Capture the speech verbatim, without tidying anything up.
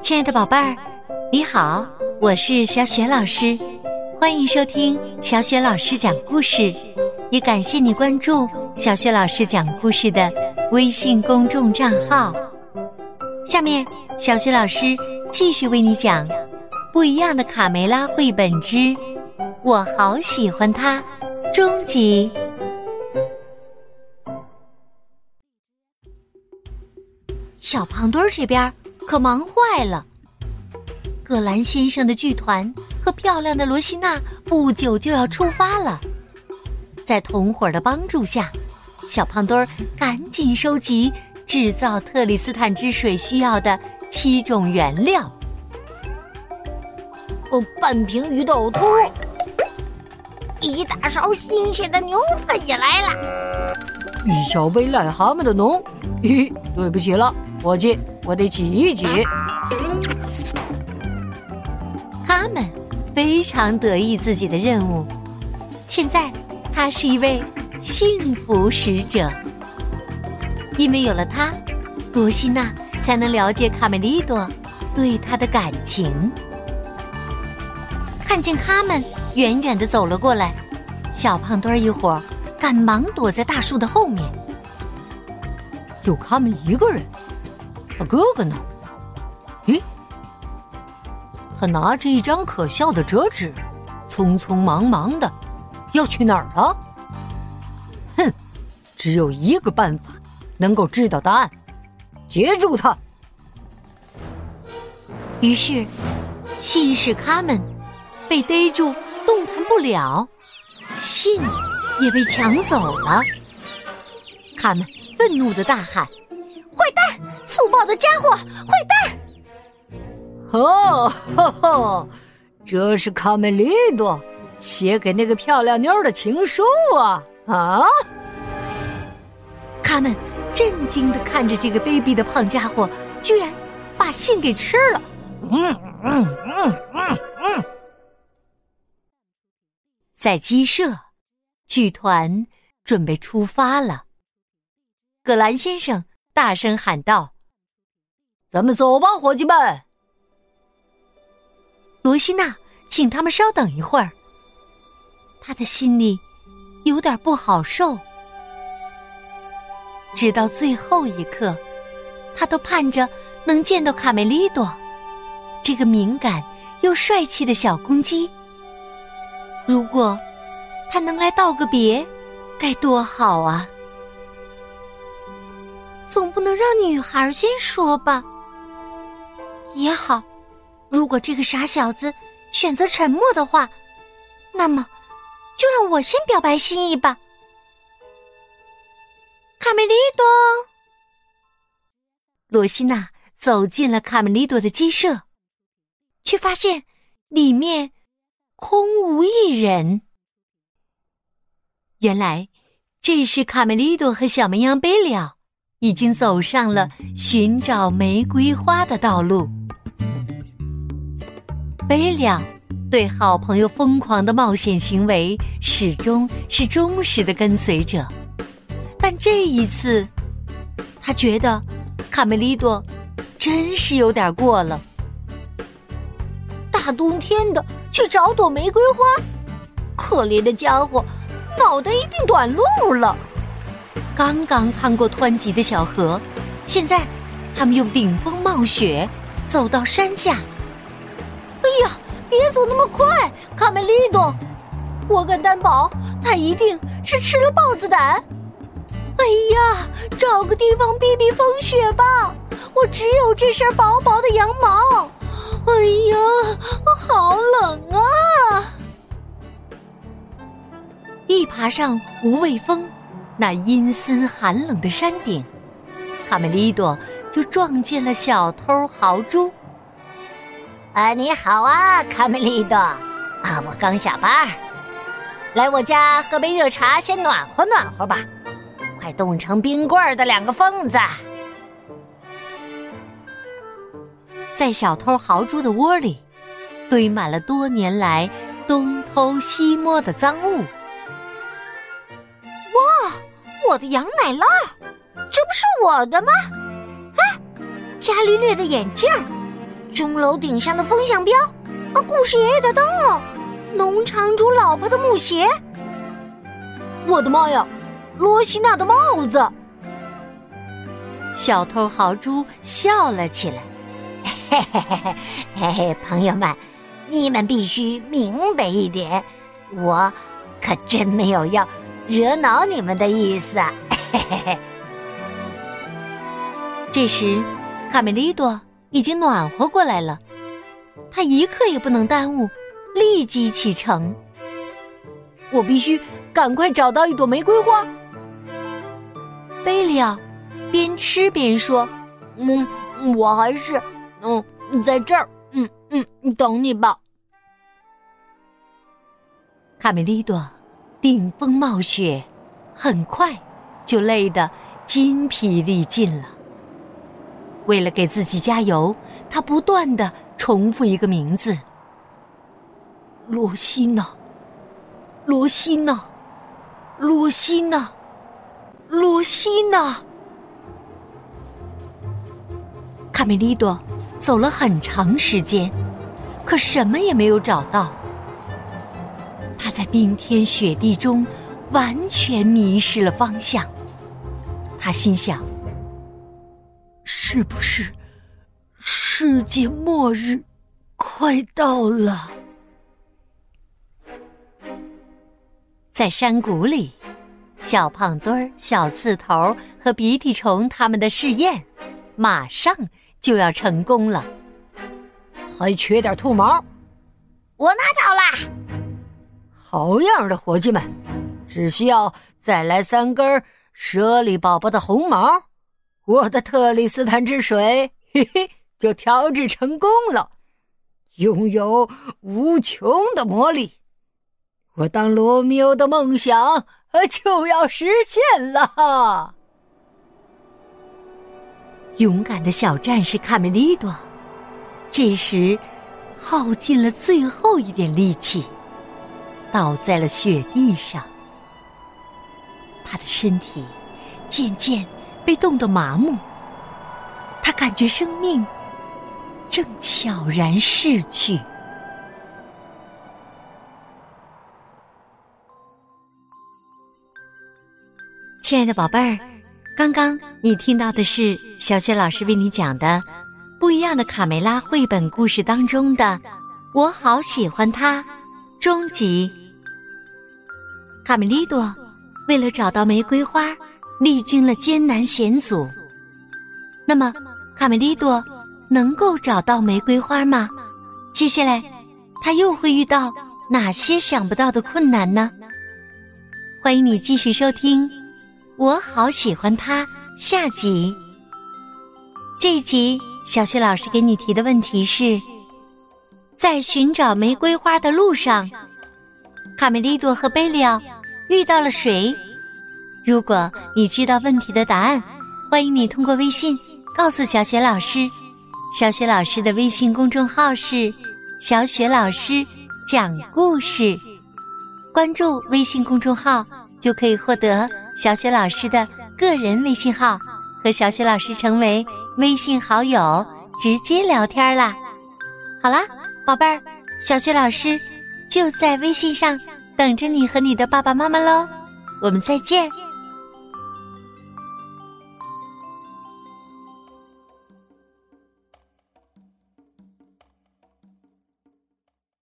亲爱的宝贝儿，你好，我是小雪老师，欢迎收听小雪老师讲故事，也感谢你关注小雪老师讲故事的微信公众账号。下面小雪老师继续为你讲不一样的卡梅拉绘本之我好喜欢它终极。小胖墩儿这边可忙坏了，葛兰先生的剧团和漂亮的罗西娜不久就要出发了。在同伙的帮助下，小胖墩儿赶紧收集制造特里斯坦之水需要的七种原料。 哦，半瓶鱼豆凸，一大勺新鲜的牛粪也来了， 一小杯癞蛤蟆的浓。咦，对不起了，伙计，我得挤一挤。 他们非常得意自己的任务，现在他是一位幸福使者，因为有了他，罗西娜才能了解卡梅利多对他的感情。看见他们远远地走了过来，小胖墩儿一伙赶忙躲在大树的后面。 就他们一个人，他哥哥呢？咦，他拿着一张可笑的折纸，匆匆忙忙的要去哪儿了？哼，只有一个办法能够知道答案，接住他。 于是信使他们被逮住，动弹不了，信也被抢走了。他们愤怒地大喊：坏蛋，粗暴的家伙，坏蛋！ 哦，呵呵，这是卡梅利多写给那个漂亮妞的情书啊！啊！ 他们震惊地看着这个卑鄙的胖家伙，居然把信给吃了。 嗯嗯嗯嗯嗯。 在鸡舍，剧团准备出发了。葛兰先生大声喊道： 咱们走吧，伙计们！ 罗西娜请他们稍等一会儿，他的心里有点不好受。直到最后一刻，他都盼着能见到卡梅利多，这个敏感又帅气的小公鸡。如果他能来道个别，该多好啊！总不能让女孩先说吧？也好，如果这个傻小子选择沉默的话，那么就让我先表白心意吧。卡梅利多，罗西娜走进了卡梅利多的鸡舍，却发现里面空无一人。原来这是卡梅利多和小绵羊贝利奥已经走上了寻找玫瑰花的道路。贝利奥对好朋友疯狂的冒险行为始终是忠实的跟随者，但这一次他觉得卡梅利多真是有点过了。大冬天的去找朵玫瑰花，可怜的家伙脑袋一定短路了。刚刚趟过湍急的小河，现在他们又顶风冒雪走到山下。哎呀，别走那么快，卡梅利多，我敢担保他一定是吃了豹子胆。哎呀，找个地方避避风雪吧，我只有这身薄薄的羊毛。哎呀，好冷啊！一爬上无畏峰，那阴森寒冷的山顶，卡梅利多就撞见了小偷豪猪。 啊，你好啊，卡梅利多啊，我刚下班，来我家喝杯热茶，先暖和暖和吧，快冻成冰棍的两个疯子！ 在小偷豪猪的窝里，堆满了多年来东偷西摸的赃物。哇，我的羊奶酪，这不是我的吗？哎，伽利略的眼镜， 钟楼顶上的风向标， 啊，故事爷爷的灯笼，农场主老婆的木鞋。我的妈呀，罗西娜的帽子！ 小偷豪猪笑了起来。嘿嘿嘿嘿嘿嘿，朋友们，你们必须明白一点，我可真没有要惹恼你们的意思啊！嘿嘿嘿。 这时，卡梅利多已经暖和过来了，他一刻也不能耽误，立即启程。我必须赶快找到一朵玫瑰花。贝利奥边吃边说：“嗯，我还是嗯在这儿，嗯嗯，等你吧。”卡梅利多顶风冒雪，很快就累得筋疲力尽了。为了给自己加油，他不断地重复一个名字：罗西娜，罗西娜，罗西娜，罗西娜。卡梅利多走了很长时间，可什么也没有找到。他在冰天雪地中完全迷失了方向。他心想，是不是世界末日快到了？在山谷里，小胖墩儿、小刺头和鼻涕虫他们的试验马上就要成功了。 还缺点兔毛， 我拿到啦！ 好样的，伙计们！只需要再来三根舍利宝宝的红毛，我的特里斯坦之水，嘿嘿，就调制成功了，拥有无穷的魔力。我当罗密欧的梦想就要实现了。 勇敢的小战士卡梅利多，这时耗尽了最后一点力气，倒在了雪地上。他的身体渐渐被冻得麻木，他感觉生命正悄然逝去。亲爱的宝贝儿，刚刚你听到的是小雪老师为你讲的不一样的卡梅拉绘本故事当中的我好喜欢它终极。卡梅利多为了找到玫瑰花历经了艰难险阻，那么卡梅利多能够找到玫瑰花吗？接下来他又会遇到哪些想不到的困难呢？欢迎你继续收听我好喜欢它下集。这一集小雪老师给你提的问题是，在寻找玫瑰花的路上，卡梅利多和贝利奥遇到了谁？如果你知道问题的答案，欢迎你通过微信告诉小雪老师。小雪老师的微信公众号是小雪老师讲故事，关注微信公众号就可以获得小雪老师的个人微信号，和小雪老师成为微信好友，直接聊天啦。好啦，宝贝儿，小雪老师就在微信上等着你和你的爸爸妈妈喽。我们再见。